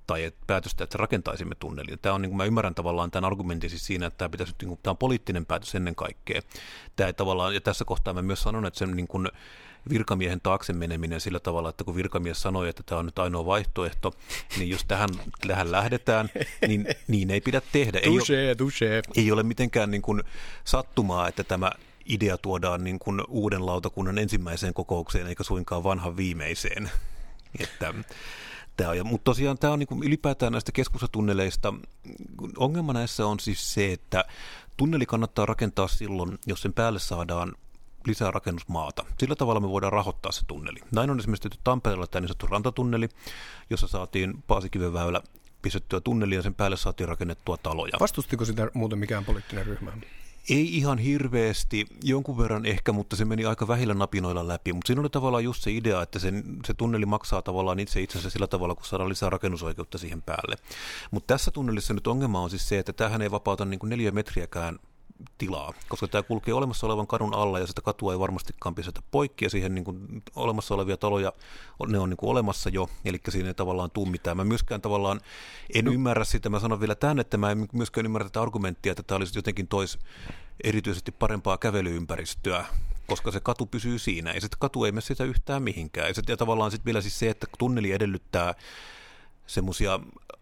tai et päätöstä, että rakentaisimme tunnelin. Tämä on, niin kuin mä ymmärrän tavallaan tämän argumentin siis siinä, että tämä, pitäisi, niin kuin, tämä on poliittinen päätös ennen kaikkea. Tämä ei tavallaan, ja tässä kohtaa mä myös sanon, että sen niin kuin virkamiehen taakse meneminen sillä tavalla, että kun virkamies sanoi, että tämä on nyt ainoa vaihtoehto, niin jos tähän, tähän lähdetään, niin niin ei pidä tehdä. Ei Touché, ole, touché. ei ole mitenkään niin kuin sattumaa, että tämä idea tuodaan niin kuin uuden lautakunnan ensimmäiseen kokoukseen, eikä suinkaan vanhan viimeiseen. Että tämä on, mutta tosiaan tämä on niin kuin ylipäätään näistä keskustatunneleista. Ongelma näissä on siis se, että tunneli kannattaa rakentaa silloin, jos sen päälle saadaan lisää rakennusmaata. Sillä tavalla me voidaan rahoittaa se tunneli. Näin on esimerkiksi tehty Tampereella tämä niin sanottu rantatunneli, jossa saatiin Paasikiven väylä pistettyä tunnelia ja sen päälle saatiin rakennettua taloja. Vastustiko sitä muuten mikään poliittinen ryhmä? Ei ihan hirveästi, jonkun verran ehkä, mutta se meni aika vähillä napinoilla läpi. Mutta siinä oli tavallaan just se idea, että sen, se tunneli maksaa tavallaan itse itsensä sillä tavalla, kun saadaan lisää rakennusoikeutta siihen päälle. Mutta tässä tunnelissa nyt ongelma on siis se, että tämähän ei vapauta niin kuin neljä metriäkään tilaa, koska tämä kulkee olemassa olevan kadun alla ja sitä katua ei varmastikaan pistetä poikki ja siihen niin kuin olemassa olevia taloja, ne on niin kuin olemassa jo, eli siinä ei tavallaan tule mitään. Mä myöskään tavallaan en no. ymmärrä sitä, mä sanon vielä tämän, että mä en myöskään ymmärrä tätä argumenttia, että tämä olisi jotenkin tois erityisesti parempaa kävelyympäristöä, koska se katu pysyy siinä, ja sitten katu ei mene sitä yhtään mihinkään. Ja, sit, ja tavallaan sitten vielä siis se, että tunneli edellyttää semmoisia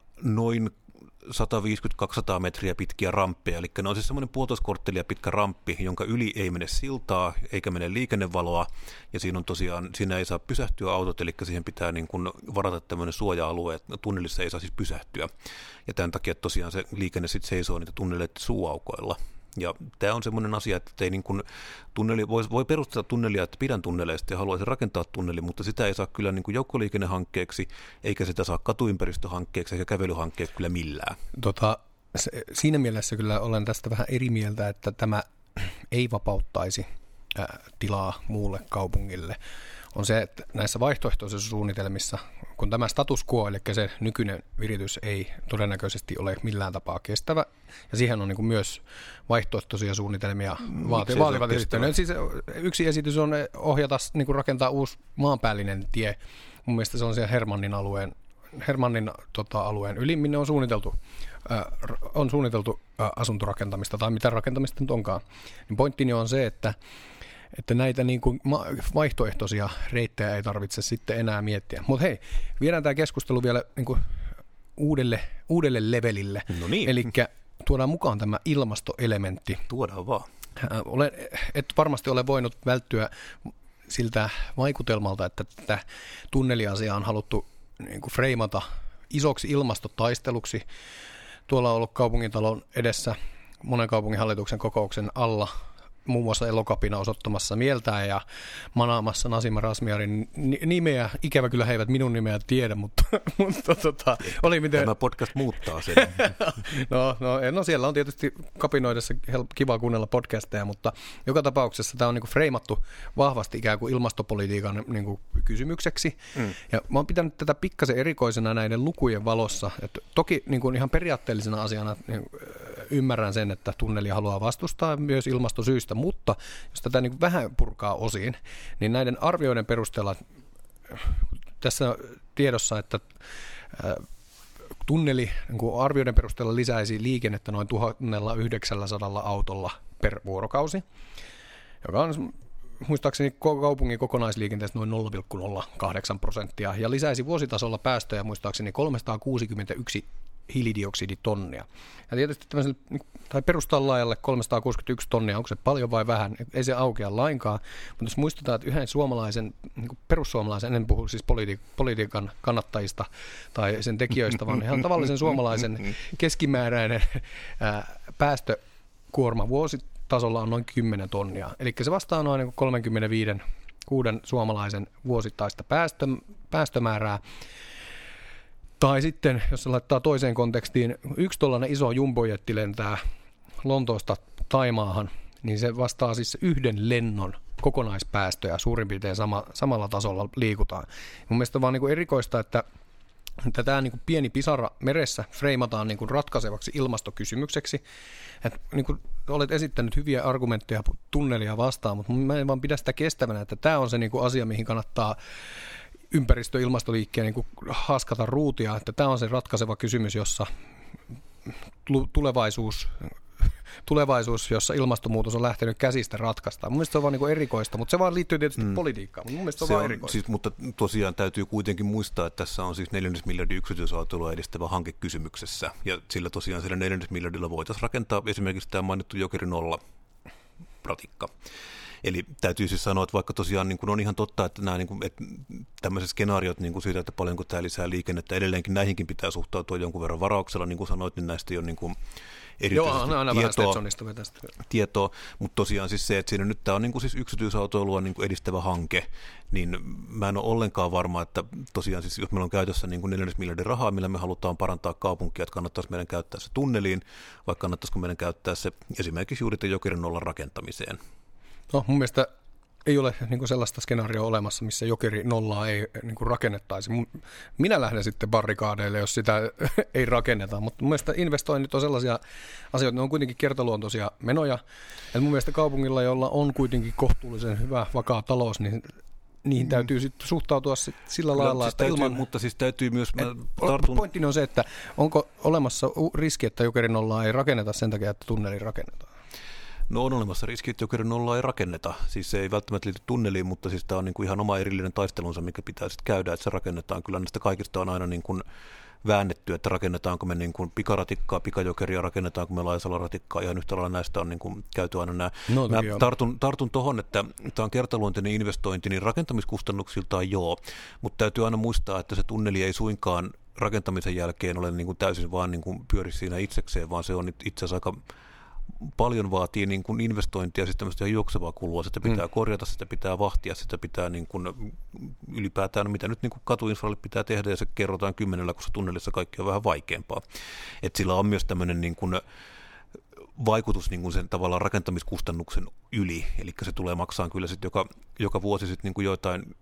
noin sata viisikymmentä kaksisataa metriä pitkiä ramppeja, eli ne on siis semmoinen puolitoista korttelia pitkä ramppi, jonka yli ei mene siltaa eikä mene liikennevaloa, ja siinä on tosiaan, siinä ei saa pysähtyä autot, eli siihen pitää niin kuin varata tämmöinen suoja-alue, että tunnelissa ei saa siis pysähtyä, ja tämän takia tosiaan se liikenne sitten seisoo niitä tunneleiden suuaukoilla. Ja tämä on semmoinen asia, että ei niin kuin tunneli, voi, voi perustella tunnelia, että pidän tunneleista ja haluaisin rakentaa tunneli, mutta sitä ei saa kyllä niin kuin joukkoliikennehankkeeksi, eikä sitä saa katuympäristöhankkeeksi eikä kävelyhankkeeksi kyllä millään. Tota, se, siinä mielessä kyllä olen tästä vähän eri mieltä, että tämä ei vapauttaisi ää, tilaa muulle kaupungille. On se, että näissä vaihtoehtoisissa suunnitelmissa, kun tämä status quo, eli se nykyinen viritys ei todennäköisesti ole millään tapaa kestävä, ja siihen on niin kuin myös vaihtoehtoisia suunnitelmia vaati, vaativat esittäneet. Siis yksi esitys on ohjata, niin kuin rakentaa uusi maanpäällinen tie. Mun mielestä se on siellä Hermannin alueen, Hermannin tota, alueen yli, minne on suunniteltu, äh, on suunniteltu äh, asuntorakentamista, tai mitä rakentamista nyt onkaan. Niin pointtini on se, että että näitä niin kuin vaihtoehtoisia reittejä ei tarvitse sitten enää miettiä. Mutta hei, viedään tämä keskustelu vielä niin kuin uudelle, uudelle levelille. No niin. Eli tuodaan mukaan tämä ilmastoelementti. Tuodaan vaan. Olen, et varmasti ole voinut välttyä siltä vaikutelmalta, että tätä tunneliasiaa on haluttu niin kuin freimata isoksi ilmastotaisteluksi. Tuolla on ollut kaupungintalon edessä monen kaupunginhallituksen kokouksen alla muun muassa Elokapina osoittamassa mieltään ja manaamassa Nasima Razmyarin nimeä. Ikävä kyllä he eivät minun nimeä tiedä, mutta, mutta tota, oli miten... Tämä podcast muuttaa sen. no, no, no siellä on tietysti kapinoidessa kiva kuunnella podcasteja, mutta joka tapauksessa tämä on niin kuin freimattu vahvasti ikään kuin ilmastopolitiikan niin kuin kysymykseksi. Mm. Ja mä oon pitänyt tätä pikkasen erikoisena näiden lukujen valossa. Et toki niin kuin ihan periaatteellisena asiana niin ymmärrän sen, että tunnelia haluaa vastustaa myös ilmastosyistä, mutta jos tätä niin vähän purkaa osiin, niin näiden arvioiden perusteella tässä tiedossa, että tunneli niin arvioiden perusteella lisäisi liikennettä noin tuhatyhdeksänsataa autolla per vuorokausi, joka on muistaakseni kaupungin kokonaisliikenteestä noin nolla pilkku nolla kahdeksan prosenttia, ja lisäisi vuositasolla päästöjä muistaakseni kolmesataakuusikymmentäyksi hiilidioksiditonnia. Ja tietysti tai perustaa laajalle kolmesataakuusikymmentäyksi tonnia, onko se paljon vai vähän, ei se aukea lainkaan, mutta jos muistetaan, että yhden suomalaisen, niin perussuomalaisen, en puhu siis politi- politiikan kannattajista tai sen tekijöistä, vaan ihan tavallisen suomalaisen keskimääräinen ää, päästökuorma vuositasolla on noin kymmenen tonnia, eli se vastaa noin niin kolmekymmentäviisi kuuden suomalaisen vuosittaista päästö, päästömäärää. Tai sitten, jos se laittaa toiseen kontekstiin, yksi tuollainen iso jumbojetti lentää Lontoosta Taimaahan, niin se vastaa siis yhden lennon kokonaispäästöjä, suurin piirtein sama, samalla tasolla liikutaan. Mun mielestä on vaan niin kuin erikoista, että tämä niin kuin pieni pisara meressä freimataan niin kuin ratkaisevaksi ilmastokysymykseksi. Et niin kuin olet esittänyt hyviä argumentteja tunnelia vastaan, mutta mä en vaan pidä sitä kestävänä, että tämä on se niin kuin asia, mihin kannattaa ympäristö- ja ilmastoliikkeen niin kuin haaskata ruutia, että tämä on se ratkaiseva kysymys, jossa tulevaisuus, tulevaisuus, jossa ilmastonmuutos on lähtenyt käsistä ratkaista. Mun mielestä se on vaan niin kuin erikoista, mutta se vaan liittyy tietysti mm. politiikkaan, mutta mun mielestä se on se vaan on, erikoista. Siis, mutta tosiaan täytyy kuitenkin muistaa, että tässä on siis neljännes miljardin yksityisautoilua edistävä hanke kysymyksessä, ja sillä tosiaan sillä neljännes miljardilla voitaisiin rakentaa esimerkiksi tämä mainittu Jokeri nolla ratikka. Eli täytyy siis sanoa, että vaikka tosiaan niin kuin on ihan totta, että, nämä, niin kuin, että tämmöiset skenaariot niin kuin siitä, että paljonko tämä lisää liikennettä, edelleenkin näihinkin pitää suhtautua jonkun verran varauksella, niin kuin sanoit, niin näistä ei ole niin kuin erityisesti Joo, tietoa, tietoa, mutta tosiaan siis se, että siinä nyt tämä on niin kuin siis yksityisautoilua niin kuin edistävä hanke, niin mä en ole ollenkaan varma, että tosiaan siis jos meillä on käytössä niin kuin neljännes miljardin rahaa, millä me halutaan parantaa kaupunkia, että kannattaisi meidän käyttää se tunneliin, vai kannattaisiko meidän käyttää se esimerkiksi juuri tämän Jokerin nollan rakentamiseen. No mun mielestä ei ole niin kuin sellaista skenaarioa olemassa, missä Jokeri nollaa ei niin kuin rakennettaisi. Minä lähden sitten barrikaadeille, jos sitä ei rakenneta, mutta mun mielestä investoinnit on sellaisia asioita, ne on kuitenkin kertaluontoisia menoja. Et mun mielestä kaupungilla, jolla on kuitenkin kohtuullisen hyvä, vakaa talous, niin niihin täytyy sitten suhtautua sit sillä Kyllä, lailla, siis että täytyy, ilman... Mutta siis täytyy myös... Tartun... Pointtini on se, että onko olemassa riski, että Jokeri nollaa ei rakenneta sen takia, että tunneli rakennetaan? No on olemassa riski, että Jokerin nollaa ei rakenneta. Siis se ei välttämättä liity tunneliin, mutta siis tämä on niin kuin ihan oma erillinen taistelunsa, mikä pitää sitten käydä, että se rakennetaan. Kyllä näistä kaikista on aina niin kuin väännetty, että rakennetaanko me niin kuin pikaratikkaa, pikajokeria, rakennetaanko me Laisala-ratikkaa. Ihan yhtä lailla näistä on niin kuin käyty aina nämä. No, Mä tartun, tartun tuohon, että tämä on kertaluonteinen investointi, niin rakentamiskustannuksiltaan joo, mutta täytyy aina muistaa, että se tunneli ei suinkaan rakentamisen jälkeen ole niin kuin täysin vaan niin kuin pyöri siinä itsekseen, vaan se on itse asiassa aika paljon vaatii niin kuin investointia, siis tämmöistä juoksevaa kulua, sitä pitää mm. korjata, sitä pitää vahtia, sitä pitää niin kuin ylipäätään, mitä nyt niin kuin katuinfralle pitää tehdä, ja se kerrotaan kymmenellä, koska tunnelissa kaikki on vähän vaikeampaa. Et sillä on myös tämmöinen niin kuin vaikutus niin kuin sen tavallaan rakentamiskustannuksen yli, eli se tulee maksamaan kyllä sitten joka, joka vuosi sitten niin kuin joitain,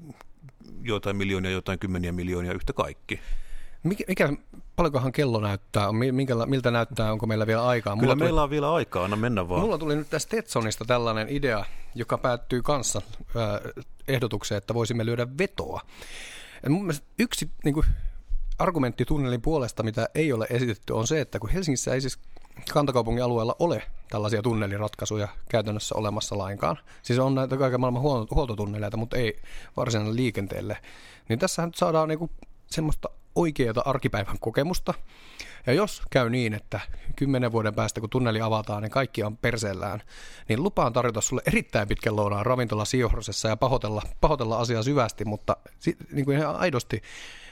joitain miljoonia, joitain kymmeniä miljoonia yhtä kaikki. Mikä, mikä, paljonkohan kello näyttää? Minkä, miltä näyttää? Onko meillä vielä aikaa? Mulla Kyllä tuli, meillä on vielä aikaa, anna mennä vaan. Mulla tuli nyt tästä Stetsonista tällainen idea, joka päättyy kanssa äh, ehdotukseen, että voisimme lyödä vetoa. Et mun mielestä yksi niin kuin, argumentti tunnelin puolesta, mitä ei ole esitetty, on se, että kun Helsingissä ei siis kantakaupungin alueella ole tällaisia tunneliratkaisuja käytännössä olemassa lainkaan. Siis on näitä kaiken maailman huoltotunneleita, mutta ei varsinaiselle liikenteelle. Niin tässähän nyt saadaan niin kuin, semmoista oikeata arkipäivän kokemusta. Ja jos käy niin, että kymmenen vuoden päästä, kun tunneli avataan, niin kaikki on perseellään, niin lupaan tarjota sulle erittäin pitkän lounaan ravintola Siorosessa ja pahoitella, pahoitella asiaa syvästi, mutta niin kuin ihan aidosti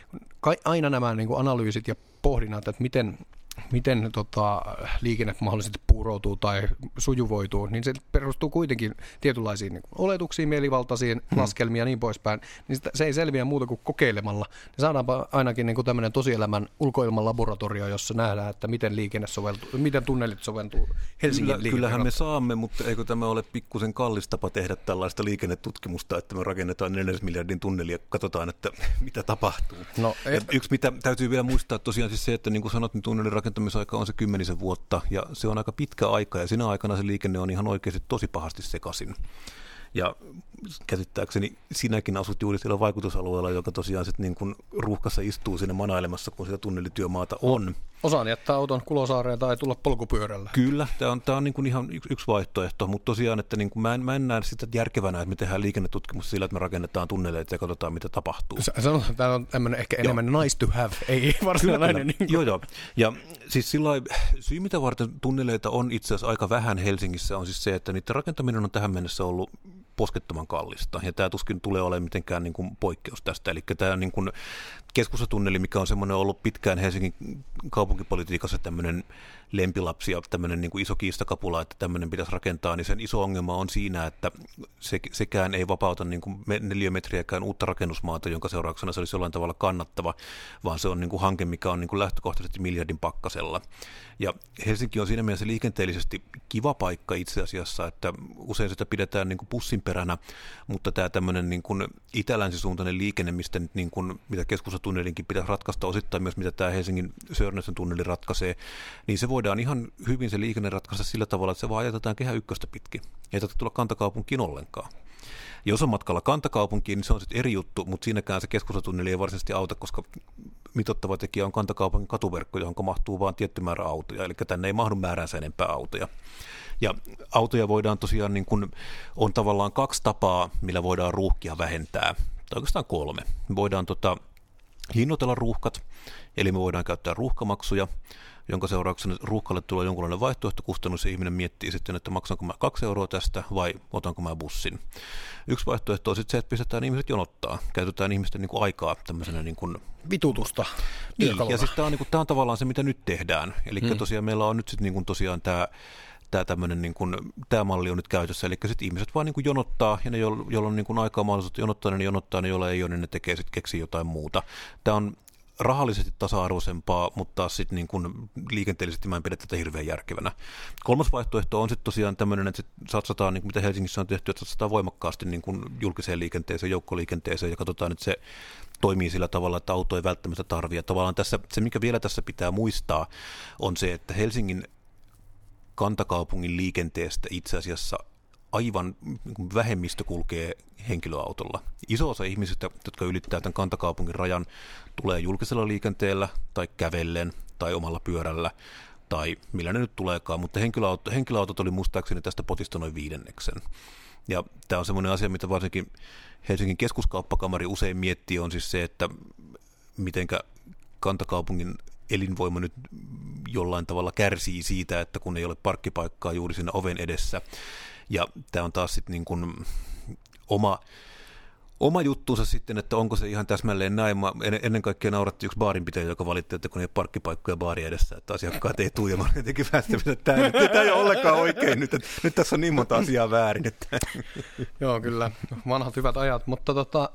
aina nämä niin kuin analyysit ja pohdinnat, että miten, miten tota, liikenne mahdollisesti puuroutuu tai sujuvoituu, niin se perustuu kuitenkin tietynlaisiin niin kuin oletuksiin, mielivaltaisiin hmm. laskelmiin ja niin poispäin, niin sitä, se ei selviä muuta kuin kokeilemalla. Niin saadaanpa ainakin niin kuin tämmöinen tosielämän ulkoilman laboratorio, jossa nähdään, että miten liikenne soveltuu, miten tunnelit soveltuu Helsingin Kyllä, Kyllähän me saamme, mutta eikö tämä ole pikkusen kallis tapa tehdä tällaista liikennetutkimusta, että me rakennetaan neljän miljardin tunneli ja katsotaan, että mitä tapahtuu. No, et... Yksi, mitä täytyy vielä muistaa tosiaan siis se, että niin kuin sanot, niin tunnelin rakentamisaika on se kymmenisen vuotta, ja se on aika pitkä aika, ja siinä aikana se liikenne on ihan oikeasti tosi pahasti sekaisin. Ja käsittääkseni sinäkin asut juuri siellä vaikutusalueella, joka tosiaan sitten niin kuin ruuhkassa istuu siinä manailemassa, kun sitä tunnelityömaata on. Osaan jättää auton Kulosaareen tai tulla polkupyörällä. Kyllä, tämä on, tämä on niin kuin ihan yksi vaihtoehto, mutta tosiaan, että niin kuin mä, en, mä en näe sitä järkevänä, että me tehdään liikennetutkimus sillä, että me rakennetaan tunneleita ja katsotaan, mitä tapahtuu. Sanotaan, tämä on tämmöinen ehkä enemmän joo. nice to have, ei varsinainen. Niin joo, joo. Ja siis sillai, syy, mitä varten tunneleita on itse asiassa aika vähän Helsingissä, on siis se, että niiden rakentaminen on tähän mennessä ollut poskettoman kallista, ja tämä tuskin tulee olemaan mitenkään niin kuin poikkeus tästä. Eli tämä niin kuin keskustatunneli, mikä on semmoinen ollut pitkään Helsingin kaupunkipolitiikassa tämmöinen lempilapsi ja tämmöinen niin kuin iso kiistakapula, että tämmöinen pitäisi rakentaa, niin sen iso ongelma on siinä, että se, sekään ei vapauta niin kuin neliömetriäkään uutta rakennusmaata, jonka seurauksena se olisi jollain tavalla kannattava, vaan se on niin kuin hanke, mikä on niin kuin lähtökohtaisesti miljardin pakkasella. Ja Helsinki on siinä mielessä liikenteellisesti kiva paikka itse asiassa, että usein sitä pidetään niin kuin pussinperänä, mutta tämä tämmöinen niin kuin itä-länsisuuntainen liikenne, mistä nyt niin kuin, mitä keskustatunnelinkin pitäisi ratkaista osittain myös, mitä tämä Helsingin Sörnäsen tunneli ratkaisee, niin se voidaan ihan hyvin se liikenne ratkaista sillä tavalla, että se vaan jätetään Kehä ykköstä pitkin. Ei tarvitse tulla kantakaupunkiin ollenkaan. Jos on matkalla kantakaupunkiin, niin se on sitten eri juttu, mutta siinäkään se keskustatunneli ei varsinaisesti auta, koska mitoittava tekijä on kantakaupungin katuverkko, johon mahtuu vain tietty määrä autoja, eli tänne ei mahdu määränsä enempää autoja. Ja autoja voidaan tosiaan, niin kun, on tavallaan kaksi tapaa, millä voidaan ruuhkia vähentää, tai oikeastaan kolme. Me voidaan tota, hinnoitella ruuhkat, eli me voidaan käyttää ruuhkamaksuja, jonka seurauksena ruuhkalle tulee jonkunlainen vaihtoehtokustannus, ja ihminen miettii sitten, että maksanko mä kaksi euroa tästä vai otanko mä bussin. Yksi vaihtoehto on sitten se, että pistetään ihmiset jonottaa, käytetään ihmisten niin kuin aikaa tämmöisenä niin kuin vitutusta. Niin, ja siis tämä on, niin kuin, tämä on tavallaan se, mitä nyt tehdään. Eli hmm. tosiaan meillä on nyt sitten niin kuin tosiaan tämä Tämä, tämmöinen, niin kuin, tämä malli on nyt käytössä, eli sitten ihmiset vaan niin kuin jonottaa, ja ne, joilla on niin kuin aikaa mahdollisuus jonottaa, niin ne jonottaa, ne joilla ei ole, niin ne tekee sitten keksii jotain muuta. Tämä on rahallisesti tasa-arvoisempaa, mutta taas sitten niin kuin liikenteellisesti mä en pidä tätä hirveän järkevänä. Kolmas vaihtoehto on sitten tosiaan tämmöinen, että satsataan, niin kuin mitä Helsingissä on tehty, että satsataan voimakkaasti niin kuin julkiseen liikenteeseen, joukkoliikenteeseen, ja katsotaan, että se toimii sillä tavalla, että auto ei välttämättä tarvitse. Tavallaan tässä, se, mikä vielä tässä pitää muistaa, on se, että Helsingin kantakaupungin liikenteestä itse asiassa aivan vähemmistö kulkee henkilöautolla. Iso osa ihmisistä, jotka ylittää tämän kantakaupungin rajan, tulee julkisella liikenteellä tai kävellen tai omalla pyörällä tai millä ne nyt tuleekaan, mutta henkilöauto, henkilöautot oli muistaakseni tästä potista noin viidenneksen. Ja tämä on semmoinen asia, mitä varsinkin Helsingin keskuskauppakamari usein miettii, on siis se, että mitenkä kantakaupungin elinvoima nyt jollain tavalla kärsii siitä, että kun ei ole parkkipaikkaa juuri siinä oven edessä. Ja tämä on taas sitten niin kuin oma, oma juttuunsa sitten, että onko se ihan täsmälleen näin. Mä ennen kaikkea nauratti yksi baarinpitäjä, joka valitti, että kun ei ole parkkipaikkoja baari edessä, että asiakkaat ei tule, ja mä jotenkin päästämään, että tämä, tämä ei ole ollenkaan oikein nyt, että nyt tässä on niin monta asiaa väärin. Että. Joo, kyllä, vanhat hyvät ajat, mutta tota,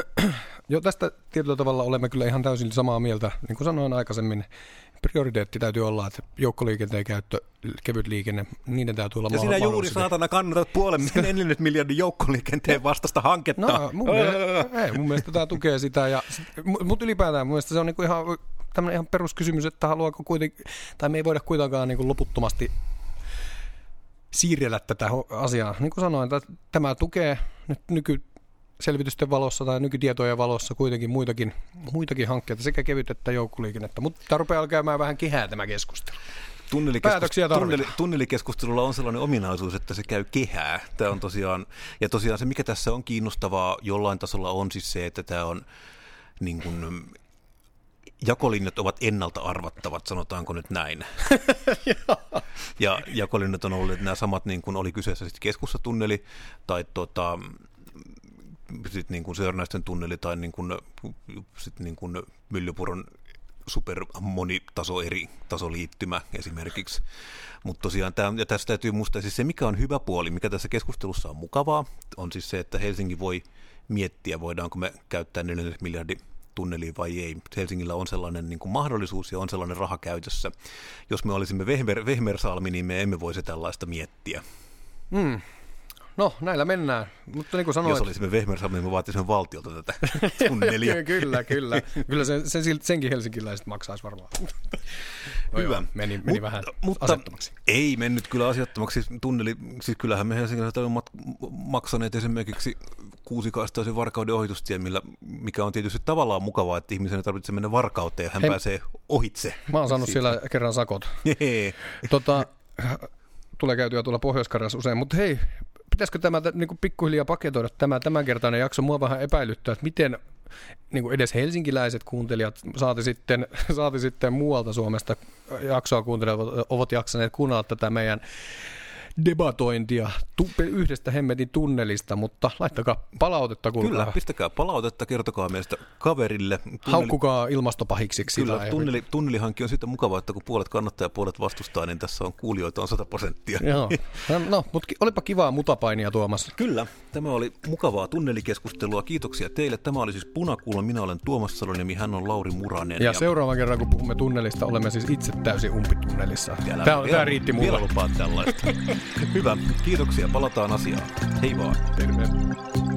jo tästä tietyllä tavalla olemme kyllä ihan täysin samaa mieltä, niin kuin sanoin aikaisemmin. Prioriteetti täytyy olla, että joukkoliikenteen käyttö, kevyt liikenne, niiden täytyy olla mahdollista. Ja sinä juuri saatana kannatat puolen neljännes miljardin joukkoliikenteen vastaista hanketta. No, mun mielestä, ei, mun mielestä tämä tukee sitä. Ja, mutta ylipäätään mun mielestä se on niinku ihan tämmöinen ihan peruskysymys, että haluaako kuitenkin, tai me ei voida kuitenkaan niinku loputtomasti siirrellä tätä asiaa. Niin kuin sanoin, että tämä tukee nyt nyky selvitysten valossa tai nykytietojen valossa kuitenkin muitakin, muitakin hankkeita, sekä kevyt että joukkoliikennettä. Mutta tämä rupeaa käymään vähän kehää tämä keskustelu. Päätöksiä tunneli, tunnelikeskustelulla on sellainen ominaisuus, että se käy kehää. Tämä on tosiaan, ja tosiaan se, mikä tässä on kiinnostavaa jollain tasolla, on siis se, että tämä on niin kuin, jakolinjat ovat ennalta arvattavat, sanotaanko nyt näin. Ja jakolinjat on ollut nämä samat, niin kuin oli kyseessä sitten keskustatunneli tai tota, sitten niin kuin Sörnäisten tunneli tai niin kuin, sitten niin kuin Myllypuron supermonitaso eri tasoliittymä esimerkiksi. Mutta tosiaan tämä, ja tässä täytyy muistaa siis se, mikä on hyvä puoli, mikä tässä keskustelussa on mukavaa, on siis se, että Helsinki voi miettiä, voidaanko me käyttää neljä miljardia tunneliin vai ei. Helsingillä on sellainen niin kuin mahdollisuus ja on sellainen raha käytössä. Jos me olisimme Vehmer, Vehmersalmi, niin me emme voisi tällaista miettiä. Mm. No, näillä mennään. Mutta niin kuin sanoit, jos olisimme Vehmersalmi, niin me vaatisimme valtiolta tätä tunnelia. Kyllä, kyllä. Kyllä sen, sen, senkin helsinkiläiset maksaisi varmaan. No hyvä. Joo, meni meni Mut, vähän mutta asettomaksi. Ei mennyt kyllä asiattomaksi. Tunneli, siis kyllähän me helsinkiläiset olemme maksaneet esimerkiksi kuusikaistaisen Varkauden ohitustien, millä, mikä on tietysti tavallaan mukavaa, että ihmisen ei tarvitse mennä Varkauteen ja hän Hei, pääsee ohitse. Mä oon saanut siitä siellä kerran sakot. tota, tulee käytyä tuolla Pohjois-Karjalassa usein, mutta hei, pitäisikö tämä niin kuin pikkuhiljaa paketoida tämä tämänkertainen jakso? Mua vähän epäilyttää, että miten niin kuin edes helsinkiläiset kuuntelijat, saati sitten, saati sitten muualta Suomesta jaksoa kuuntelevat, ovat jaksaneet kuunnella tätä meidän debatointia yhdestä hemmetin tunnelista, mutta laittakaa palautetta. Kuulkaa. Kyllä, pistäkää palautetta, kertokaa meistä kaverille. Tunneli... Haukkukaa ilmastopahiksiksi. Kyllä, tunneli, tunnelihanki on siitä mukavaa, että kun puolet kannattaa ja puolet vastustaa, niin tässä on kuulijoita on sata prosenttia. Joo, no, mutta olipa kivaa mutapainia Tuomas. Kyllä, tämä oli mukavaa tunnelikeskustelua. Kiitoksia teille. Tämä oli siis Punakuulo. Minä olen Tuomas Saloniemi, hän on Lauri Muranen. Ja, ja seuraavan kerran, kun puhumme tunnelista, olemme siis itse täysin umpitunnelissa. Tämä, tämä, tämä riitti mulle. Vielä lupaa tällaista. Hyvä, kiitoksia. Palataan asiaan. Hei vaan. Terve.